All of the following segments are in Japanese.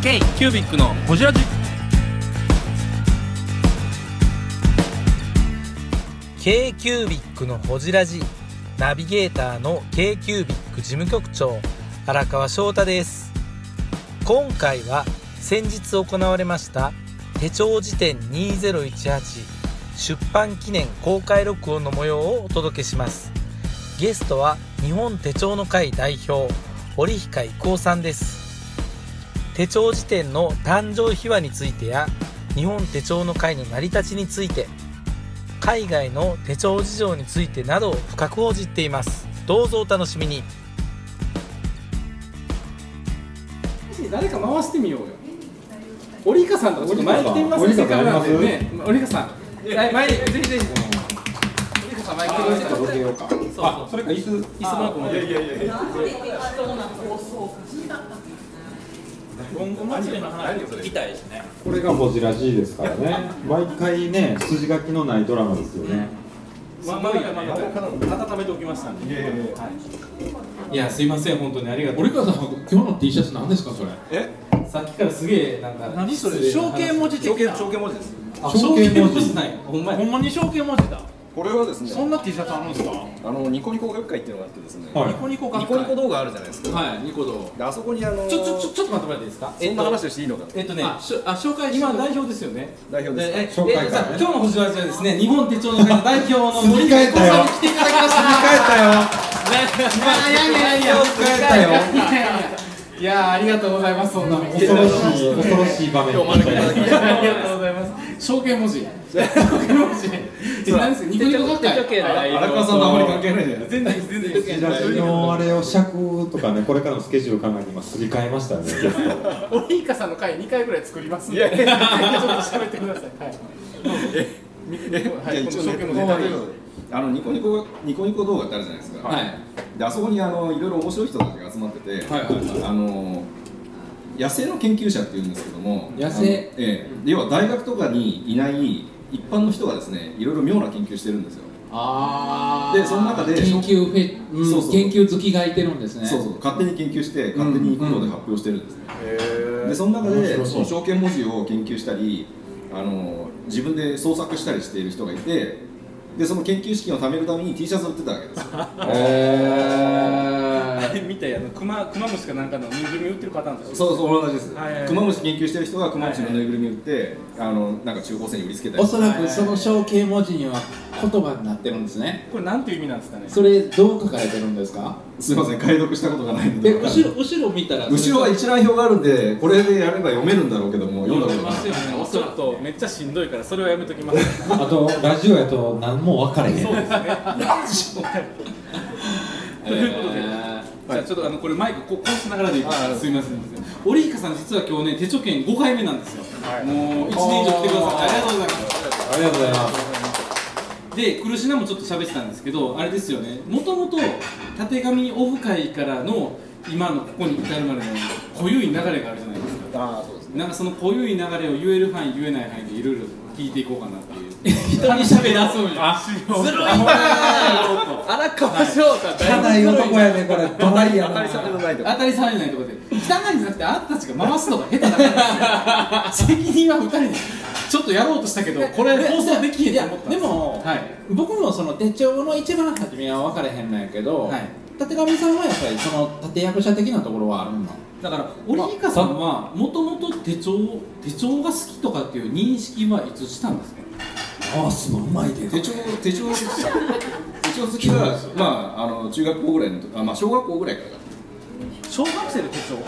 K キュービックのホジラジ。 K キュービックのホジラジ、ナビゲーターの K キュービック事務局長荒川翔太です。今回は先日行われました手帳辞典2018出版記念公開録音の模様をお届けします。ゲストは日本手帳の会代表織彦郁夫さんです。手帳辞典の誕生秘話についてや日本手帳の会の成り立ちについて、海外の手帳事情についてなどを深く報じっています。どうぞお楽しみに。 誰か回してみようよ。織彦さんとかちょっと前来てみますね。せっかくなんでね。織彦さん、前にぜひぜひ。織彦さん前に来てください。そうそれか椅子マークも。今後祭りの話を聞きたいですね。 これがホジラジですからね。毎回ね、筋書きのないドラマですよね。 温めておきましたんで。いや、すいません、本当にありがとう。 織川さん、今日の T シャツ何ですか、それ。 さっきからすげえなんか。 何それ、象形文字的な。 象形文字です。 象形文字ない。ほんまに象形文字だ。 これはですね、 そんな T シャツあるんですか。 ニコニコ学会っていうのがあってですね、 ニコニコ学会、 ニコニコ動画あるじゃないですか。 はい、ニコ動で、あそこにちょっと待ってもらっていいですか。 そんな話をしていいのか。 紹介今代表ですよね。 代表です。 今日の星はじゃですね、日本手帳の会の代表の森帰ったよ。 来ていただきました。 いや、ありがとうございます。そんな恐ろしい場面。 ありがとうございます。象形文字。何ですか、ニコニコ学会。 荒川さんとあまり関係ないじゃない。 全然ホジラジのあれを尺とかね、これからのスケジュール考えて今すり替えましたね。 織彦さんの回2回ぐらい作りますんで、ちょっと喋ってください。 ニコニコ動画ってあるじゃないですか。で、あそこにいろいろ面白い人たちが集まってて、野生の研究者っていうんですけども、 野生、 要は大学とかにいない一般の人がですね、いろいろ妙な研究してるんですよ。で、その中で研究好きがいてるんですね。 そうそう、勝手に研究して勝手にニコ動で発表してるんですね。で、その中でその象形文字を研究したり、自分で創作したりしている人がいて、で、その研究資金を貯めるために T シャツを売ってたわけですよ。 あれみたいな、クマムシかなんかのぬいぐるみ売ってるパターンです。 そうそう、同じです。クマムシ研究してる人がクマムシのぬいぐるみ売って、なんか中高生に売りつけたり。 おそらくその象形文字には言葉になってるんですね。 これなんていう意味なんですかね。 それどう書かれてるんですか。 すみません、解読したことがないので。 後ろ見たら、 後ろは一覧表があるんで、これでやれば読めるんだろうけども、読んだことない。 ちょっとめっちゃしんどいからそれはやめときます。 あとラジオやと何も分かれへん。 そうですね。ということで、じゃあちょっとこれマイクこうしながらでいいですか。すみません。織彦さん実は今日ね、手帳券5回目なんですよ。もう1年以上来てくださってありがとうございます。 ありがとうございます。 で、苦しなもちょっと喋ってたんですけど、あれですよね、もともとたてがみオフ会からの今のここに至るまでの濃ゆい流れがあるじゃないですか。 そうですね。 なんかその濃ゆい流れを言える範囲言えない範囲でいろいろ聞いていこうかなっていう。一人喋らそうじゃん。ずるいなぁ。荒川翔太汚い男やね、これ。ドライやな。 当たり障りのないとこ。 当たり障りないところで汚いんじゃなくて、あんたたちが回すのが下手だから責任は2人でちょっとやろうとしたけど、これ放送できへんと思ったんです。 でも、僕もその手帳の一番初めは分かれへんのやけど、たてがみさんはやっぱりその立役者的なところはあるの。 だから織彦さんはもともと手帳が好きとかっていう認識はいつしたんですか。 すごいうまいで。 手帳好きは中学校ぐらいの時、小学校ぐらいからだ。 小学生の手帳。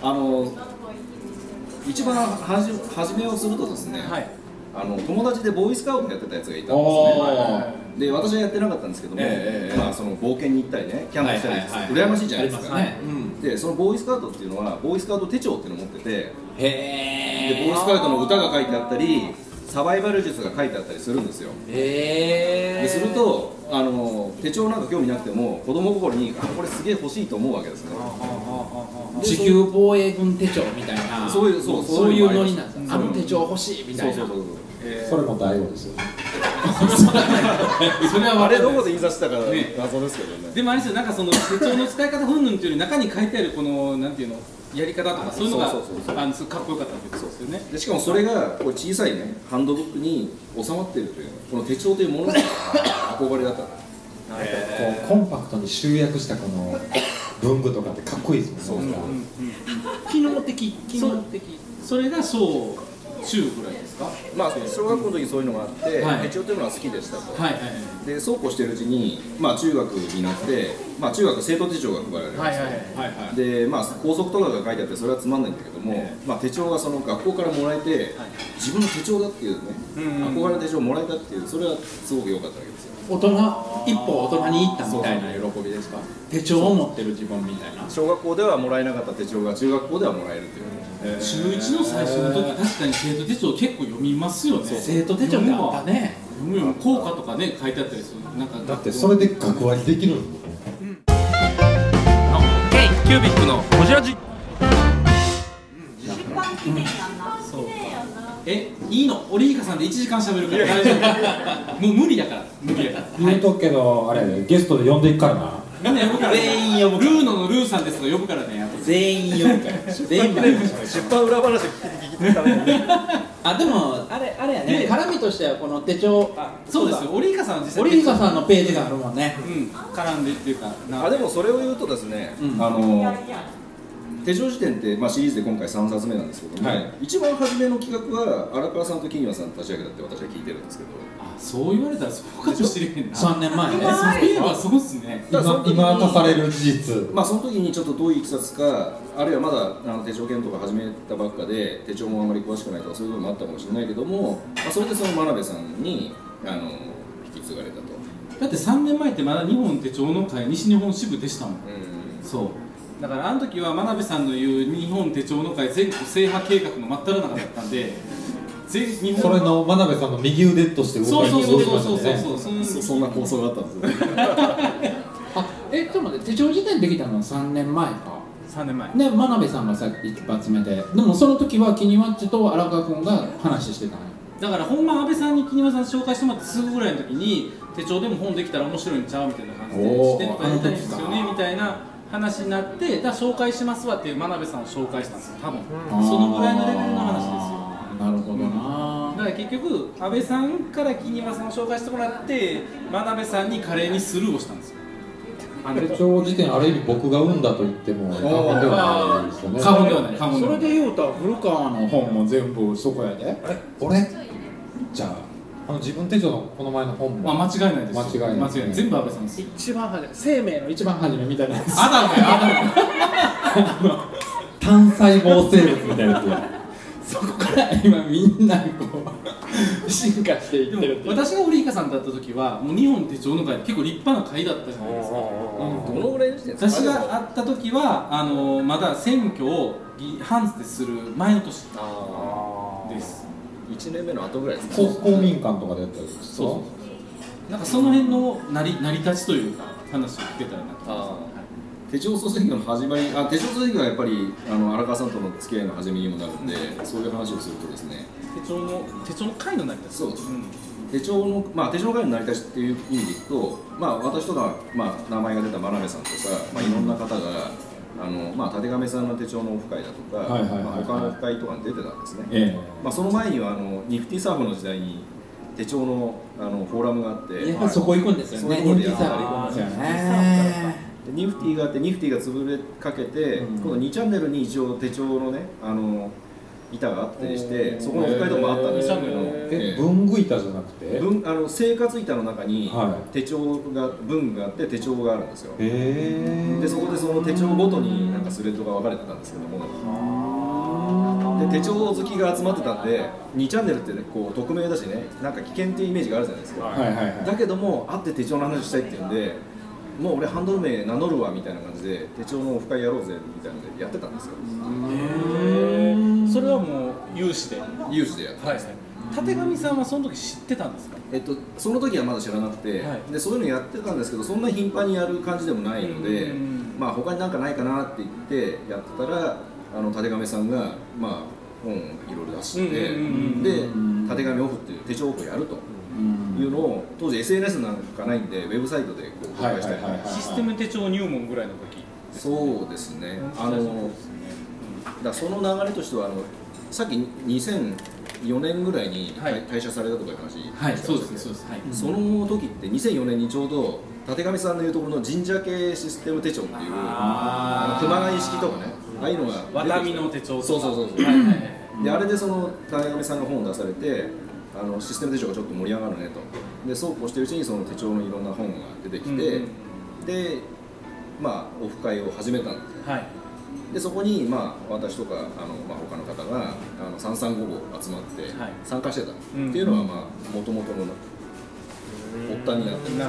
一番初めをするとですね、友達でボーイスカウトやってたやつがいたんですね。で、私はやってなかったんですけども、その冒険に行ったりね、キャンプしたり羨ましいじゃないですか。で、そのボーイスカウトっていうのはボーイスカウト手帳っていうのを持ってて、でボーイスカウトの歌が書いてあったりサバイバル術が書いてあったりするんですよ。ですると手帳なんか興味なくても子供心にこれすげえ欲しいと思うわけですね。 地球防衛軍手帳みたいな、そういうノリなんです。あの手帳欲しいみたいな。 それも大悟ですよ。 それはあれどこで言い出したか謎ですけどね。 でもあれですよ、なんかその手帳の使い方云々っていうより中に書いてあるこのなんていうのやり方とかそういうのがすごくかっこよかったってことですよね。 でしかもそれがこう小さいねハンドブックに収まっているというこの手帳というものが憧れだった。 こうコンパクトに集約したこの文具とかってかっこいいですもんね。 機能的それが小中ぐらいですか。 まあ小学校の時そういうのがあって、手帳というのは好きでしたと。でそうこうしているうちにまあ中学になってまあ中学生徒手帳が配られるんですよ。でまあ校則とかが書いてあってそれはつまんないんだけども、まあ手帳がその学校からもらえて自分の手帳だっていうね憧れの手帳をもらえたっていうそれはすごく良かったわけですよ。 一歩大人に行ったみたいな喜びですか。手帳を持ってる自分みたいな。 小学校ではもらえなかった手帳が中学校ではもらえるっていう。 中1の最初の時確かに生徒手帳結構読みますよね。 生徒手帳ってあったね。 効果とかね書いてあったりする。なんかだってそれで学割できるんですよ。 キュービックのこじらじ。いいの、オリーカさんで1時間喋るから大丈夫。もう無理やから。 言うとくけどあれゲストで呼んでいくからな。 みんな呼ぶから。全員呼ぶ。ルーノのルーさんですと呼ぶからね。 全員呼ぶから。全員出版裏話聞きてたね。 でもあれやね。絡みとしてはこの手帳。 そうですよ。オリーカさんは実際オリーカさんのページがあるもんね。 絡んでっていうか。 でもそれを言うとですね、手帳辞典って、まあ、シリーズで今回3冊目なんですけども、一番初めの企画は荒川さんと金岩さん立ち上げたって私は聞いてるんですけど、 そう言われたらそうかもしれへんな。 3年前ね。 そういえばそうっすね。 今明かされる事実。 まあその時にちょっとどういういきさつか、あるいはまだ手帳検討が始めたばっかで手帳もあまり詳しくないとかそういうのもあったかもしれないけども、それでその真鍋さんに引き継がれたと。 だって3年前ってまだ日本手帳の会西日本支部でしたもん。そうだからあの時は真鍋さんの言う日本手帳の会全国制覇計画の真っ只中だったんで、 それの真鍋さんの右腕として動かしてそんな構想があったんですよ。 ちょっと待って、手帳辞典できたのは3年前か。 3年前で真鍋さんがさっき一発目で、でもその時はキニワッチと荒川君が話してたの。 だからほんま安倍さんに木庭さん紹介してもらってすぐぐらいの時に手帳でも本できたら面白いんちゃうみたいな感じでしてとかやりたいんですよねみたいな話になって、だから紹介しますわっていう真鍋さんを紹介したんですよ多分。そのぐらいのレベルの話ですよ。 なるほどな。 だから結局安倍さんから木庭さんを紹介してもらって真鍋さんに華麗にスルーをしたんですよ。 手帳辞典ある意味僕が生んだと言っても過言ではないですよね。 過言ではない。 それで言うたら古川の本も全部そこやで。 俺じゃあ自分手帳のこの前の本も間違いないです。 間違いない全部安倍さんです。 一番初め、生命の一番初めみたいなやつ。 アダムや。 単細胞生物みたいなやつや。 そこから今みんなこう進化していってるって。 私がオリーカさんだった時はもう日本手帳の会結構立派な会だったじゃないですか。 どのぐらいでした？ 私が会った時はまだ選挙をハンズでする前の年です。 1年目の後ぐらいですか。 公民館とかでやったりですか。 そうなんかその辺の成り立ちというか話を聞けたらなと。 手帳総選挙の始まり、手帳総選挙はやっぱり荒川さんとの付き合いの始めにもなるんで、そういう話をするとですね、 手帳の会の成り立ち。 そうです。手帳の会の成り立ちっていう意味でいくと、私とか名前が出た真鍋さんとか、いろんな方が立亀さんの手帳のオフ会だとか、他のオフ会とかに出てたんですね。その前にはニフティサーフの時代に手帳のフォーラムがあって、 やっぱりそこ行くんですよね。ニフティサーフ行くんですよね。 ニフティがあってニフティが潰れかけて、今度2チャンネルに一応手帳のね板があったりして、そこのオフ会とかもあったんですけど、 文具板じゃなくて生活板の中に手帳が文具があって手帳があるんですよ。でそこでその手帳ごとになんかスレッドが分かれてたんですけども、で手帳好きが集まってたんで2チャンネルって、ね、こう匿名だしね、なんか危険っていうイメージがあるじゃないですか。だけども会って手帳の話したいっていうんで、もう俺ハンドル名名乗るわみたいな感じで手帳のオフ会やろうぜみたいなのでやってたんですよ。 それはもう有志でやってました。 立上さんはその時知ってたんですか？ その時はまだ知らなくて、でそういうのやってたんですけど、そんな頻繁にやる感じでもないので、他になんかないかなって言ってやってたら、立上さんが本をいろいろ出して、で立上オフっていう手帳オフをやると。 いうのを当時 SNS なんかないんでウェブサイトでこう公開したり、 システム手帳入門ぐらいの時。 そうですね。だその流れとしてはさっき2004年ぐらいに退社されたとかいう話、 はい、そうですね、そうです。はい。 その時って2004年にちょうど立上さんのいうところの神社系システム手帳っていう熊谷式とかね、ああいうのがワタミの手帳とか。 そうそうそうそう。であれでその立上さんが本を出されてシステム手帳がちょっと盛り上がるねと。でそうこうしてるうちにその手帳のいろんな本が出てきて、でまあオフ会を始めたんですよ。 はい。 でそこにまあ私とか他の方が三三五五集まって参加してたっていうのはまあ元々の発端になってるんです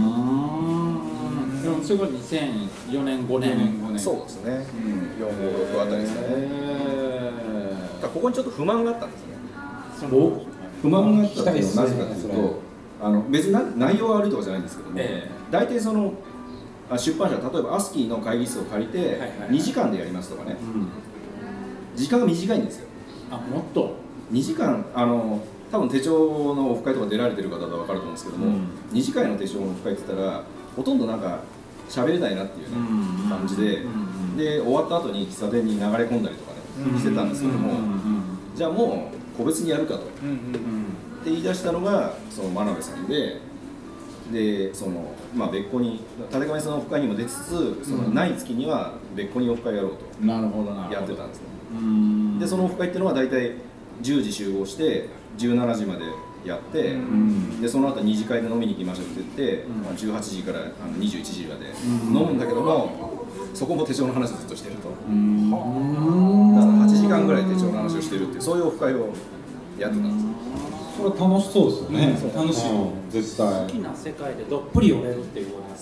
でもそれが2004年5年そうですね、4、5、6あたりですかね。ここにちょっと不満があったんですね。不満があったっていうのはなぜかというと別に内容が悪いとかじゃないんですけども、大体その出版社、例えばアスキーの会議室を借りて2時間でやりますとかね、時間が短いんですよ。 もっと 2時間多分手帳のオフ会とか出られてる方は分かると思うんですけども、2時間の手帳のオフ会って言ったらほとんどなんか喋れないなっていう、ね感じで、で終わった後に喫茶店に流れ込んだりとかねしてたんですけども、じゃあもう個別にやるかと、って言い出したのがその真鍋さんでその別個に立上さんのオフ会にも出つつそのない月には別個にオフ会やろうとやってたんですね。でそのオフ会っていうのは大体10時集合して17時までやって、でその後2次会で飲みに行きましょうって言って、18時から21時まで飲むんだけども、そこも手帳の話をずっとしてると、だから8時間ぐらい手帳の話をしてるっていうそういうオフ会をやってたんですよ。 それ楽しそうですよね。 楽しい。 絶対。 好きな世界でどっぷり折れるっていうこと。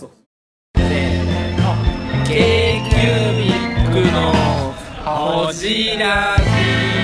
k q b i c のほじらじ。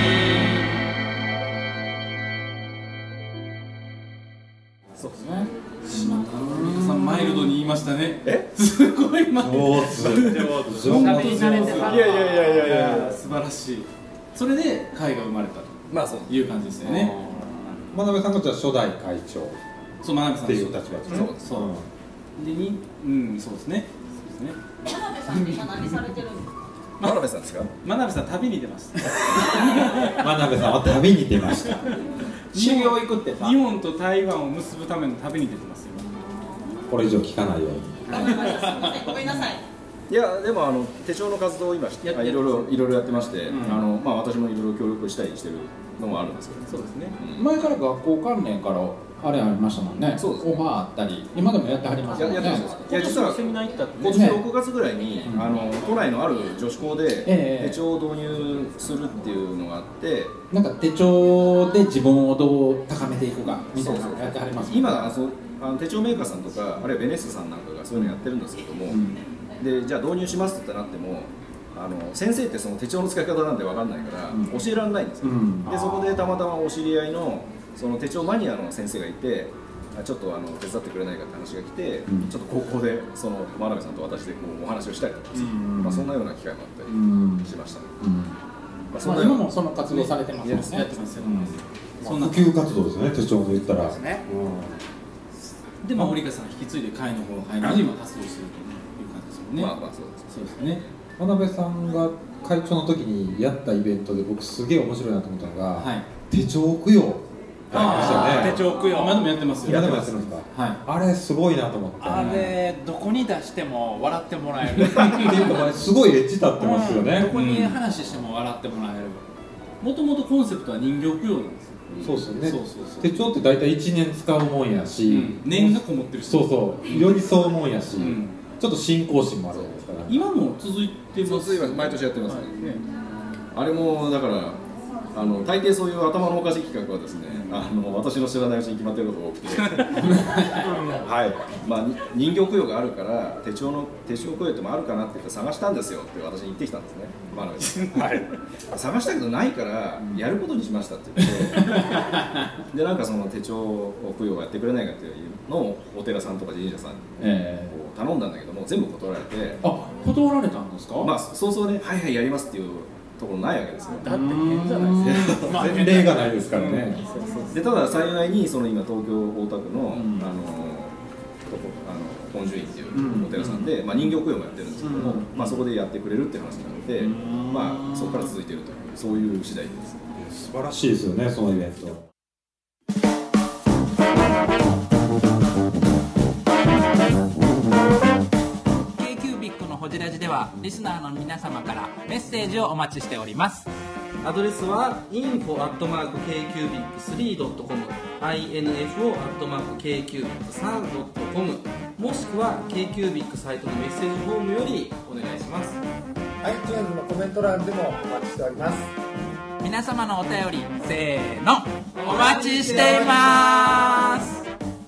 そうですね。さんマイルドに言いましたね。すごいマイルド。 上手。 いや素晴らしい。それで会が生まれたという感じですよね。 真鍋さんがじゃあ初代会長そう真鍋さんっていう立場ですね。 そうでそうですね。 真鍋さんって今何されてるんですか？ 真鍋さんですか？ 真鍋さん旅に出ました。 真鍋さんは旅に出ました。 修行行くってさ、 日本と台湾を結ぶための旅に出てますよ。 これ以上聞かないように。 わかりました。すみません。ごめんなさい。 いやでも手帳の活動を今いろいろやってまして、私もいろいろ協力したりしてるのもあるんですけど。 そうですね。 前から学校関連からあれありましたもんね。 そうです。 オファーあったり、今でもやってはりますよね。 やってます。いや実はセミナー行ったって今年6月ぐらいに都内のある女子校で手帳を導入するっていうのがあって、 なんか手帳で自分をどう高めていくかみたいなのやってはります。 今手帳メーカーさんとかあるいはベネッセさんなんかがそういうのやってるんですけども、でじゃあ導入しますってなっても先生ってその手帳の使い方なんて分かんないから教えられないんですよ。でそこでたまたまお知り合いのその手帳マニアの先生がいて、ちょっと手伝ってくれないかって話が来て、ちょっと高校でその真鍋さんと私でこうお話をしたりとかですね、そんなような機会もあったりしましたね。 今もその活動されてますよね。 やってますよ。 普及活動ですね、手帳で言ったら。 で堀川さん引き継いで会の方入らず今活動してるという感じですもんね。そうですね。 真鍋さんが会長の時にやったイベントで僕すげえ面白いなと思ったのが、手帳供養ってありましたよね。 手帳供養今でもやってますよ。 今でもやってるんですか。はい。あれすごいなと思って。 あれどこに出しても笑ってもらえる。 っていうかすごいエッジ立ってますよね。 どこに話しても笑ってもらえる。 もともとコンセプトは人形供養なんですよ。 そうですよね。手帳って大体1年使うもんやし、 念がこもってるし。 そうそう。寄り添うもんやし、ちょっと信仰心もあるじゃないですか。 今も続いてます。 毎年やってますね。あれもだから大抵そういう頭のおかしい企画はですね、私の知らないうちに決まってることが多くて、はい、人形供養があるから手帳供養ってもあるかなって言って探したんですよって私に言ってきたんですね、真鍋さん。はい、探したけどないからやることにしましたって言ってでなんかその手帳供養をやってくれないかっていうのをお寺さんとか神社さんに頼んだんだけども全部断られて。 断られたんですか？ 早々ね、はいはいやりますっていうところないわけですよ。 だって変じゃないですか。 前例がないですからね。 でただ幸いにその今東京大田区の本寿院っていうお寺さんで、まあ、人形供養もやってるんですけども、まあ、そこでやってくれるっていう話なので、まあ、そこから続いているというそういう次第です。 素晴らしいですよね、そのイベント。 K-Cubic のほじラジではリスナーの皆様からメッセージをお待ちしております。アドレスは info@kcubic3.com info@kcubic3.com もしくは K-Cubic サイトのメッセージフォームよりお願いします。 iTunes のコメント欄でもお待ちしております。 皆様のお便りせーのお待ちしています。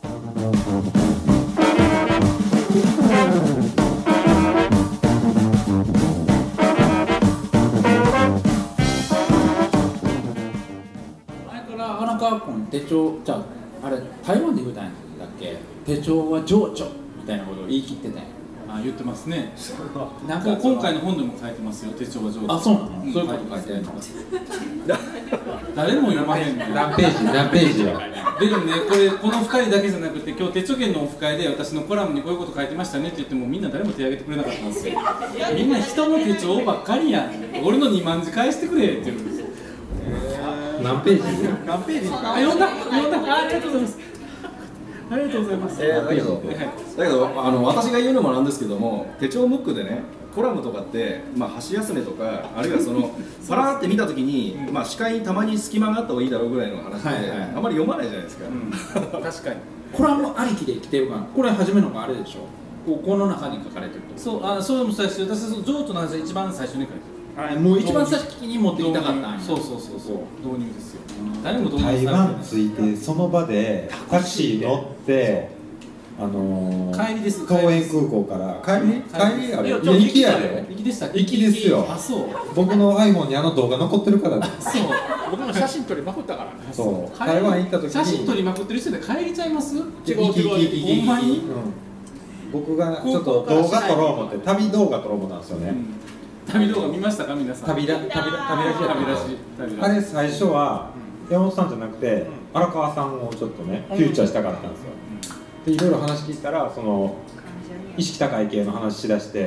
荒川君手帳じゃああれ台湾で言うたんやったっけ、手帳は情緒みたいなことを言い切ってたんや。 あ、言ってますね。 なんか今回の本でも書いてますよ、手帳は上手。 あ、そうなの、そういうこと書いてあるの。 誰も読まへんねん。 何ページよ。 でもね、この2人だけじゃなくて、今日手帳券のオフ会で私のコラムにこういうこと書いてましたねって言っても、みんな誰も手挙げてくれなかったんですよ。みんな人の手帳ばっかりやん。俺の2万字返してくれって言うんですよ。 何ページ？ 何ページ？あ、読んだ。ありがとうございます。ありがとうございます。 だけど私が言うのもなんですけども、手帳ムックでね、コラムとかって、まあ、箸休めとか、あるいはそのパラーって見たときに、まあ、視界にたまに隙間があった方がいいだろうぐらいの話で、あまり読まないじゃないですか。 確かに。 コラムありきで生きてるから、これ初めのがあれでしょ、この中に書かれてると。 そう、それもそうですし、私は情緒の話は一番最初に書いてる。 もう一番先に持ってきたかったんや。 そう、導入ですよ。誰も導入されてない。 台湾着いてその場でタクシー乗って帰りです。 桃園空港から帰りあれ行きやで。 行きでしたっけ？ 行きですよ。 あ、そう。 僕の iPhone にあの動画残ってるからね。 そう。 僕も写真撮りまくったからね。 そう。台湾行った時に写真撮りまくってる人で帰りちゃいます？ 違う。 ほんまに？ 僕がちょっと動画撮ろう思って旅動画撮ろう思ったんですよね。 旅動画見ましたか皆さん？旅ラジ。 あれ最初は山本さんじゃなくて荒川さんをちょっとねフューチャーしたかったんですよ。でいろいろ話聞いたらその意識高い系の話しだして、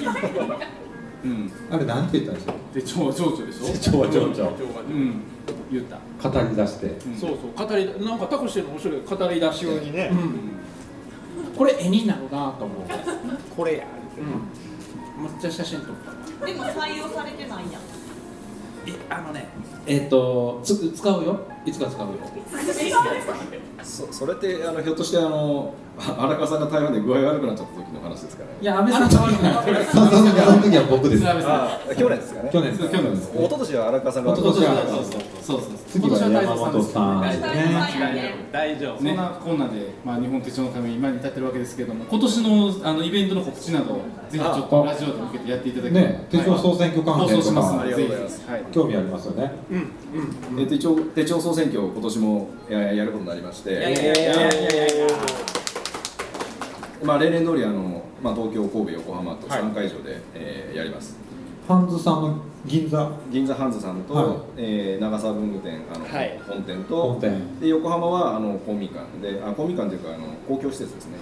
あれなんて言ったんですよ。 で情緒でしょ。 情緒。 言った。 語り出して。 そう語りなんかタクシーの面白い語り出しにね。 これ絵になるなと思う。 これや。 めっちゃ写真撮った。 でも採用されてないやん。 使うよ。いつか使うよ。 それってひょっとして荒川さんが台湾で具合悪くなっちゃった時の話ですかね。 いや、安倍さんが悪くない。 その時は僕です。 去年ですかね。 去年です。 一昨年は荒川さんが。 一昨年はそう。 次は山本さんね。 大丈夫。そんなこんなで、まあ、日本手帳の神今に至ってるわけですけれども、今年のイベントの告知などぜひちょっとラジオで向けてやっていただきたい。 ね、手帳総選挙関係とかありがとうございます。 興味ありますよね。 手帳総選挙今年もやることになりまして、まあ例年通りまあ東京、神戸、横浜と3会場でやります。 ハンズさんの銀座ハンズさんと長沢文具店本店とで横浜は公民館で公民館というか公共施設ですね。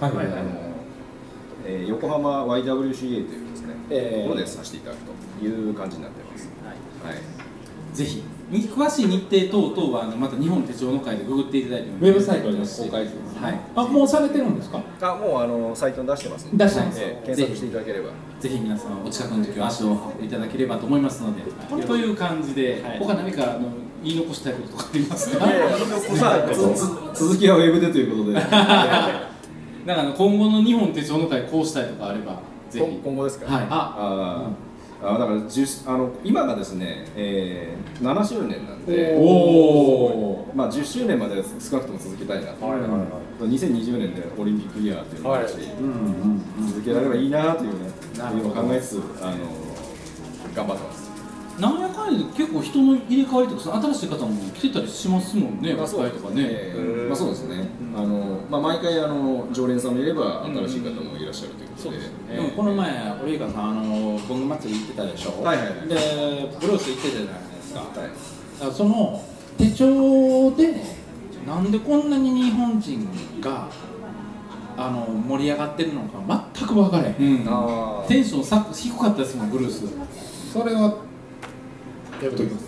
横浜 YWCA というですねところでさせていただくという感じになっています。 ぜひ詳しい日程等々はまた日本手帳の会でググっていただいてもウェブサイトで公開するんです。もうされてるんですか？ もうサイトに出してますので、 出してます。 検索していただければぜひ皆さんお近くの時は足を運んでいただければと思いますので、という感じで他何か言い残したいこととかありますか？ 続きはウェブでということでなんか今後の日本手帳の会こうしたいとかあればぜひ。 今後ですか？ はい。 だから今がですね、7周年なんで、まあ10周年まで少なくとも続けたいなと。2020年でオリンピックイヤーというのもあるし、続けられればいいなというね、今考えつつ頑張ってます。 なんやかんやで結構人の入れ替わりとかその新しい方も来てたりしますもんね、 そうとかね。 そうですね。毎回常連さんもいれば新しい方もいらっしゃるということで。 でもこの前オリーカさん文具祭り行ってたでしょ。 はい。 でブルース行ってたじゃないですか。はい。その手帳でなんでこんなに日本人が盛り上がってるのか全く分からへん。 テンション低かったですもんブルース。 それはやめときます。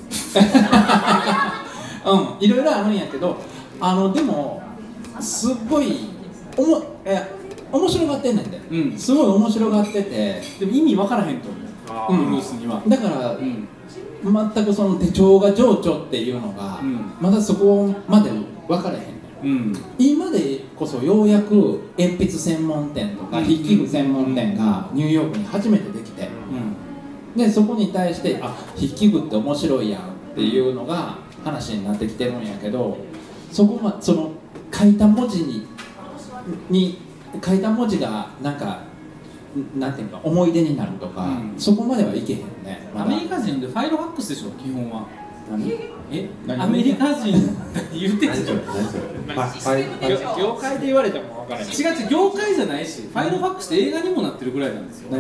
いろいろあるんやけど、でもすっごい面白がってんねんで、すごい面白がってて、 でも意味分からへんと思う、ブルースには。 だから、全くその手帳が情緒っていうのが、まだそこまで分からへん、今でこそようやく鉛筆専門店とか筆記具専門店がニューヨークに初めてできて、でそこに対して筆記具って面白いやんっていうのが話になってきてるんやけど、その書いた文字がなんかなんていうか思い出になるとか、そこまではいけへんね。 アメリカ人でファイルファックスでしょ基本は。アメリカ人言ってたじゃん。 業界で言われても分からない。 違う業界じゃないし、ファイルファックスって映画にもなってるぐらいなんですよ。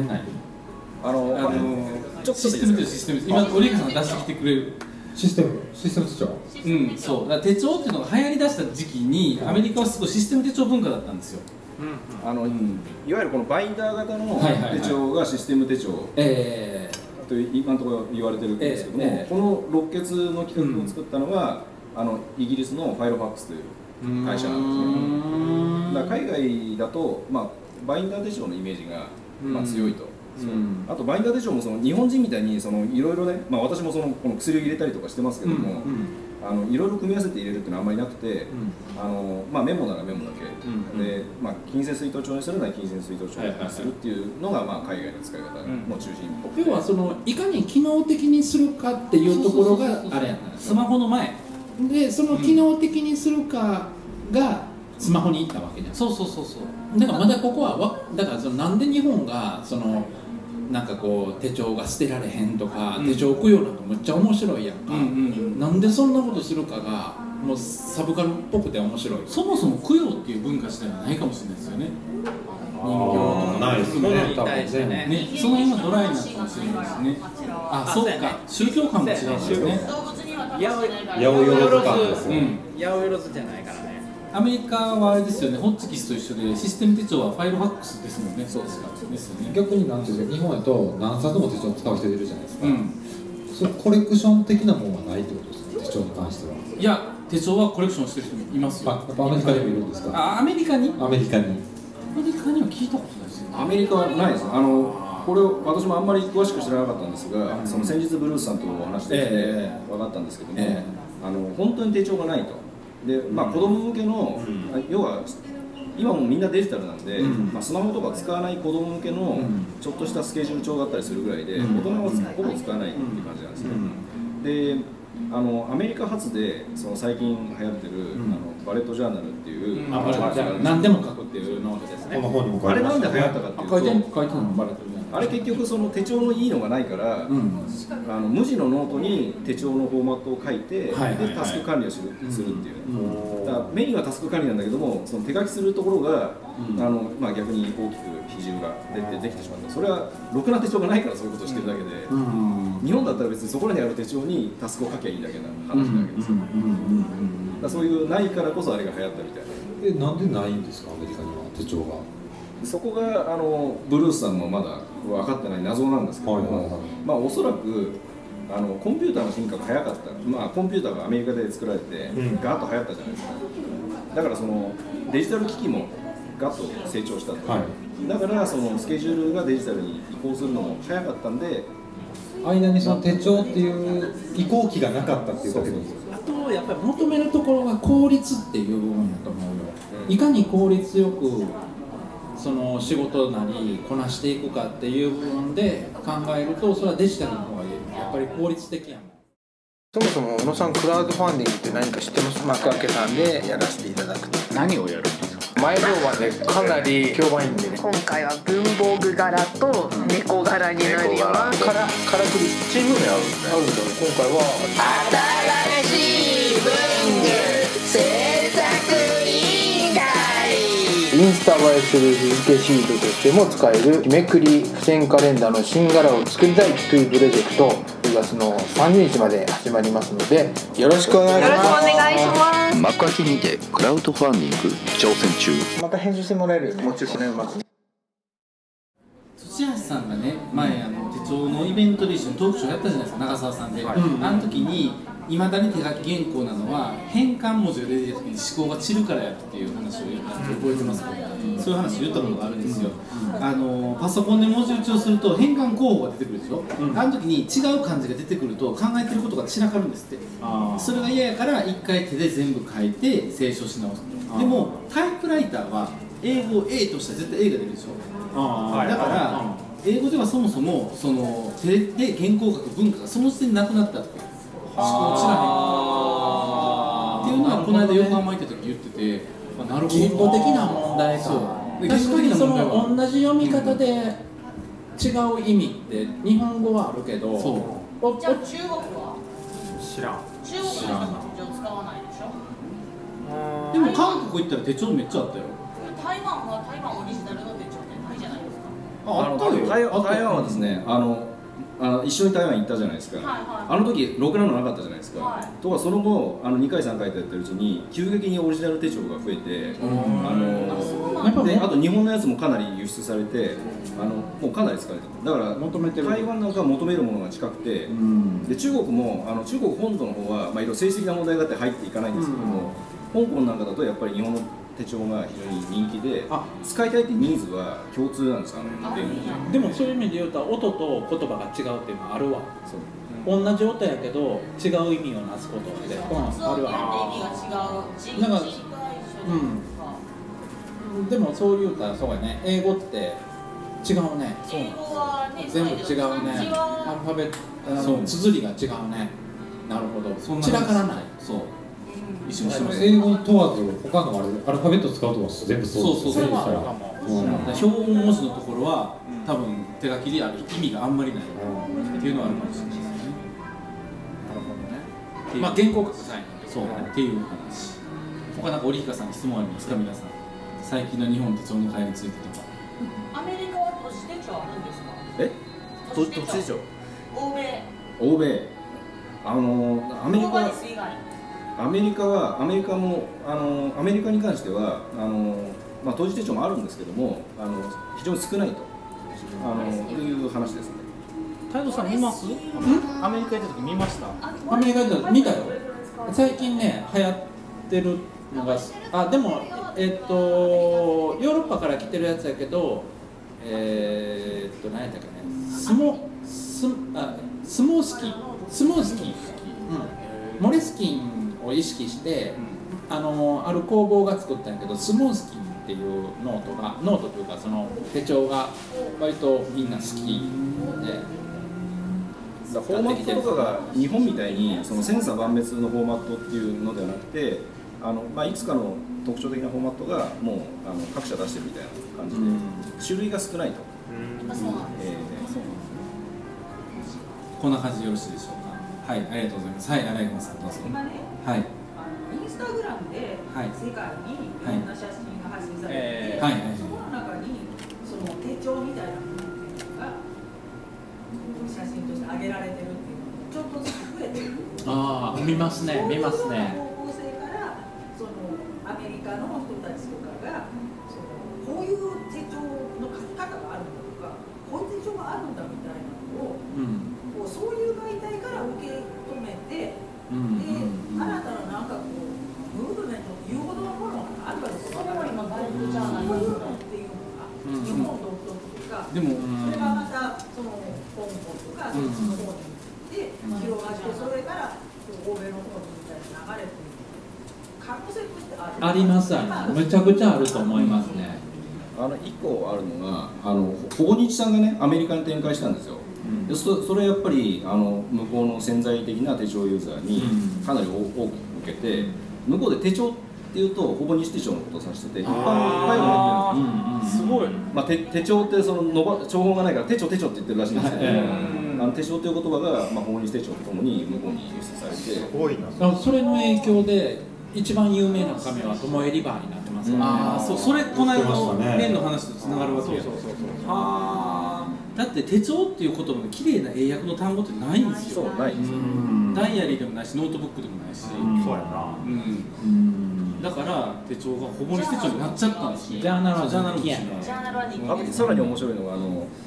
ちょっとシステム今オリーカさんが出してきてくれるシステム手帳。 そうだから手帳っていうのが流行りだした時期にアメリカはすごいシステム手帳文化だったんですよ。 いわゆるこのバインダー型の手帳がシステム手帳と今のところ言われてるんですけども、この六血の企画を作ったのがイギリスのファイルファックスという会社なんですね。だから海外だとバインダー手帳のイメージが強いと。あとバインダー手帳も日本人みたいにいろいろね、私もこの薬を入れたりとかしてますけども、いろいろ組み合わせて入れるっていうのはあんまりなくて、メモならメモだけで、金銭水筒帳にするなら金銭水筒帳にするっていうのが海外の使い方の中心。 要はいかに機能的にするかっていうところがあれやな。 スマホの前でその機能的にするかがスマホに行ったわけじゃん。 そうだからまだここはだからなんで日本がなんかこう手帳が捨てられへんとか、手帳供養なんかむっちゃ面白いやんか、なんでそんなことするかがもうサブカルっぽくて面白い。 そもそも供養っていう文化自体はないかもしれないですよね。人形とかないですね。その辺はドライなのかもしれないですね。そうか、宗教観も違うんですよね。 八百万ですね。八百万じゃないからね。 アメリカはあれですよね、ホッチキスと一緒でシステム手帳はファイルファックスですもんね。そうですか。ですよね。 逆になんていうか日本やと何冊も手帳使う人いるじゃないですか。そうコレクション的なものはないってことですか、手帳に関しては。 いや、手帳はコレクションしてる人もいますよ。 やっぱアメリカにもいるんですか。 アメリカには聞いたことないですよね。 アメリカはないです。これを私もあんまり詳しく知らなかったんですが、その先日ブルースさんとお話してきて分かったんですけども、本当に手帳がないと。で子供向けの、要は今もみんなデジタルなんで、スマホとか使わない子供向けのちょっとしたスケジュール帳があったりするぐらいで、大人はほぼ使わないっていう感じなんですね。でアメリカ発で最近流行ってる、バレットジャーナルっていう、 何でも書くっていうノートですね。 あれなんで流行ったかっていうと、 書いてるのバレットジャーナル。 あれ結局手帳のいいのがないから、無地のノートに手帳のフォーマットを書いて、でタスク管理をするっていう、だからメインはタスク管理なんだけども、手書きするところが、逆に大きく比重ができてしまった。それはろくな手帳がないからそういうことをしてるだけで、日本だったら別にそこらにある手帳にタスクを書きゃいいだけな話なわけですよ。そういうないからこそあれが流行ったみたいな。 なんでないんですか、アメリカには手帳が。 そこがブルースさんもまだ分かってない謎なんですけども、おそらくコンピューターの進化が早かった、コンピューターがアメリカで作られて、ガーッと流行ったじゃないですか。だからデジタル機器もガッと成長したと、だからスケジュールがデジタルに移行するのも早かったんで、 間に手帳っていう移行期がなかったっていうだけですよ。 あとやっぱり求めるところが効率っていう部分だと思うよ。いかに効率よく仕事なりこなしていくかっていう部分で考えると、それはデジタルの方がやっぱり効率的やもん。 そもそも小野さん、クラウドファンディングって何か知ってます？幕開けさんでやらせていただくと。 何をやるんですか？ 前評判でかなり評判いいんでね。 今回は文房具柄と猫柄になるようなからくりチーム名あるんですね。あるんだ。今回は新しい文具制作委員会。 インスタ映えする日付シートとしても使える日めくり付箋カレンダーの新柄を作りたいというプロジェクト、10月の30日まで始まりますのでよろしくお願いします。 よろしくお願いします。 幕開けにてクラウドファンディング挑戦中。 また編集してもらえるよね。もちろんね、まず土橋さんがね、前手帳のイベントで一緒にトークショーやったじゃないですか、長澤さんで、あの時にいまだに手書き原稿なのは変換文字が出てきた時に思考が散るからやっていう話を言ったって覚えてますか、そういう話を言ったことがあるんですよ。パソコンで文字打ちをすると変換候補が出てくるでしょ、あの時に違う漢字が出てくると考えてることが散らかるんですって。それが嫌やから一回手で全部書いて清書し直す。でもタイプライターは英語を A としたら絶対 A が出るでしょ。だから英語ではそもそもその手で原稿を書く文化がその時点でなくなったっていう思考散らへんっていうのはこの間横浜行った時言ってて、なるほど言語的な問題か。確かにその同じ読み方で違う意味って日本語はあるけど、 じゃあ中国は知らん。 中国の人も手帳使わないでしょ。 でも韓国行ったら手帳めっちゃあったよ。 台湾は台湾オリジナルの手帳ってないじゃないですか。 あったよ。 台湾はですね、一緒に台湾行ったじゃないですか、あの時ろくなのなかったじゃないですか、とかその後2回3回とやってるうちに急激にオリジナル手帳が増えて、であと日本のやつもかなり輸出されて、もうかなり使われてる。だから台湾なんか求めるものが近くて、で中国も中国本土の方は、いろいろ政治的な問題があって入っていかないんですけども、香港なんかだとやっぱり日本の手帳が非常に人気で、使いたいってニーズは共通なんですよ。 でもそういう意味で言うと音と言葉が違うっていうのはあるわ。同じ音やけど違う意味をなすことって、あるわ。なんかでもそう言うたらそうやね。英語って違うね。全部違うね。アルファベット綴りが違うね。なるほど。散らからない。そう。 一緒にしてます。英語に問わず他のアルファベット使うとか全部そうですね。 標本文字のところは多分手書きである意味があんまりないっていうのはあるかもしれないですね。なるほどね。まあ原稿書く際にそうっていう話。他なんか織彦さんに質問ありますか皆さん。最近の日本手帳の会についてとか。 アメリカは都市手帳あるんですか？ 都市手帳。 欧米。 欧米。アメリカに関しては当時手帳もあるんですけども非常に少ないという話ですね。 太蔵さん見ます？アメリカ行った時見ました？ アメリカ行った時見たよ。最近ね流行ってるのがでもヨーロッパから来てるやつやけど何やったっけねスモースキー、モレスキンを意識して、ある工房が作ったんやけどスモースキンっていうノートというかその手帳が割とみんな好きで、 フォーマットとかが日本みたいにその千差万別のフォーマットっていうのではなくていくつかの特徴的なフォーマットがもう各社出してるみたいな感じで、種類が少ないと。 こんな感じでよろしいでしょうか。はい、ありがとうございます。はい、荒井さんどうぞ。 今ね、 はい。 インスタグラムで世界にいろんな写真が発信されて、その中にその手帳みたいなものが写真として上げられてるっていうのがちょっとずつ増えてる。 見ますね。 方向性からそのアメリカの人たちとかがこういう手帳の書き方があるんだとか、こういう手帳があるんだみたいなのを。そういう媒体から受け止めて、新たななんかこうムーブメントっていうほどのものがあるかどうか、それは今バイトじゃないのっていうのが日本独特というか、それがまたその香港とかそっちの方に行って広がって、それから欧米の方にみたいな流れている可能性としてあります。 めちゃくちゃあると思いますね。 1個あるのがほぼ日さんがねアメリカに展開したんですよ。それやっぱり向こうの潜在的な手帳ユーザーにかなり多く受けて、向こうで手帳ってっていうとほぼ西手帳のことを指してて、一般ファイルのすごい、 まあ、手帳ってその長本がないから手帳って言ってるらしいんですけど、手帳という言葉が、まあ、ほぼ西手帳とともに向こうに輸出されて、すごいな。それの影響で一番有名な紙はトモエリバーになってますからね。 ああ、それこの間の年の話とつながるわけや。はあ、だって手帳っていう言葉の綺麗な英訳の単語ってないんですよ。 そうないですよ。 ダイアリーでもないしノートブックでもないし、 そうやな。 だから手帳がほぼ西手帳になっちゃったんですね。 ジャーナルはジャーナルジャーナルは人気。 あとさらに面白いのが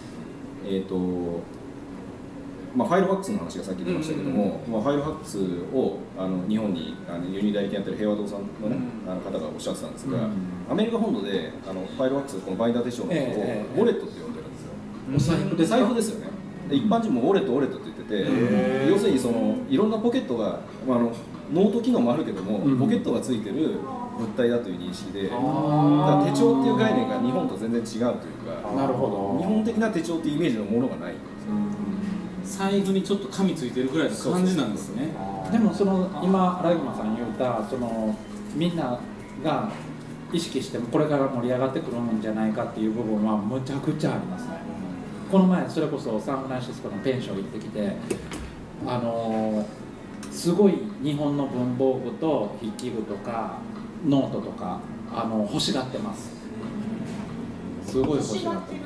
まあ、ファイルファックスの話がさっき出ましたけども、まあ、ファイルファックスを日本に輸入代理店やってる平和堂さんの、ね方がおっしゃってたんですが、アメリカ本土でファイルファックス、このバインダー手帳のことをウォレットって呼んでるんですよ。 お財布財布ですよね。で一般人もウォレットって言ってて、要するにいろんなポケットが、まあ、ノート機能もあるけども、ポケットがついてる物体だという認識で、だから手帳っていう概念が日本と全然違うというか、 なるほど。 日本的な手帳っていうイメージのものがない。 財布にちょっと紙ついてるぐらいの感じなんですね。 でも今ライグマさん言ったみんなが意識してもこれから盛り上がってくるんじゃないかっていう部分はむちゃくちゃありますね。この前それこそサンフランシスコのペンション行ってきて、すごい日本の文房具と筆記具とかノートとか欲しがってます。すごい欲しがってる。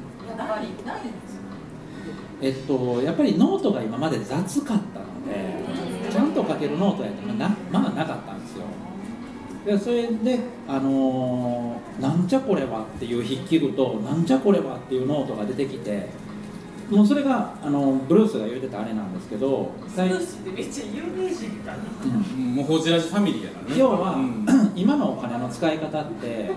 やっぱりノートが今まで雑かったので、ちゃんと書けるノートやってまあなかったんですよ。でそれで、なんじゃこれはっていう筆記具となんじゃこれはっていうノートが出てきて、もうそれがブルースが言うてたあれなんですけど、 ブルースってめっちゃ有名人みたいな、 もうホジラジファミリーやからね。 要は、今のお金の使い方って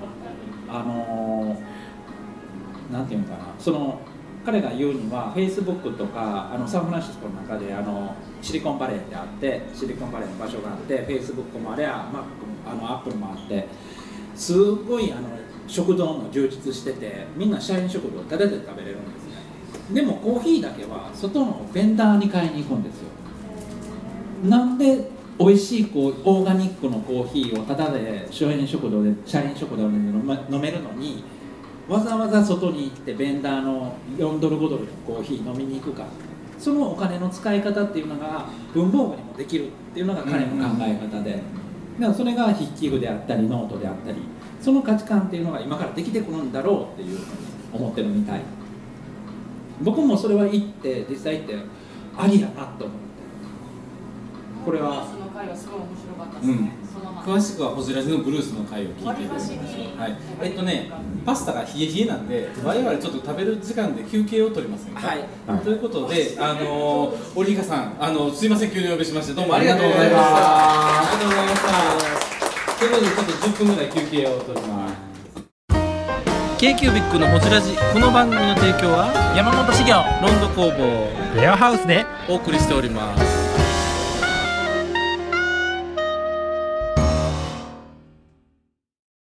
なんていうのかな、彼が言うには、フェイスブックとかサンフランシスコの中でシリコンバレーってあって、シリコンバレーの場所があって、フェイスブックもあれや、アップルもあって、すごい食堂も充実してて、みんな社員食堂タダで食べれるんですね。でもコーヒーだけは外のベンダーに買いに行くんですよ。なんで美味しいオーガニックのコーヒーをタダで社員食堂で飲めるのに、わざわざ外に行ってベンダーの4ドル5ドルのコーヒー飲みに行くか、そのお金の使い方っていうのが文房具にもできるっていうのが彼の考え方で、だからそれが筆記具であったりノートであったり、その価値観っていうのが今からできてくるんだろうっていうふうに思ってるみたい。僕もそれは実際行ってありやなと思って、これはその回はすごい面白かったですね。 詳しくはホジラジのブルースの回を聞いていただきます。パスタが冷え冷えなんで、我々ちょっと食べる時間で休憩を取りませんか。ということで、オリカさん、すいません急にお呼びしまして、どうもありがとうございました。ありがとうございました。ということでちょっと10分ぐらい休憩を取ります。K-Cubic のホジラジ、この番組の提供は山本資源ロンド工房レアハウスでお送りしております。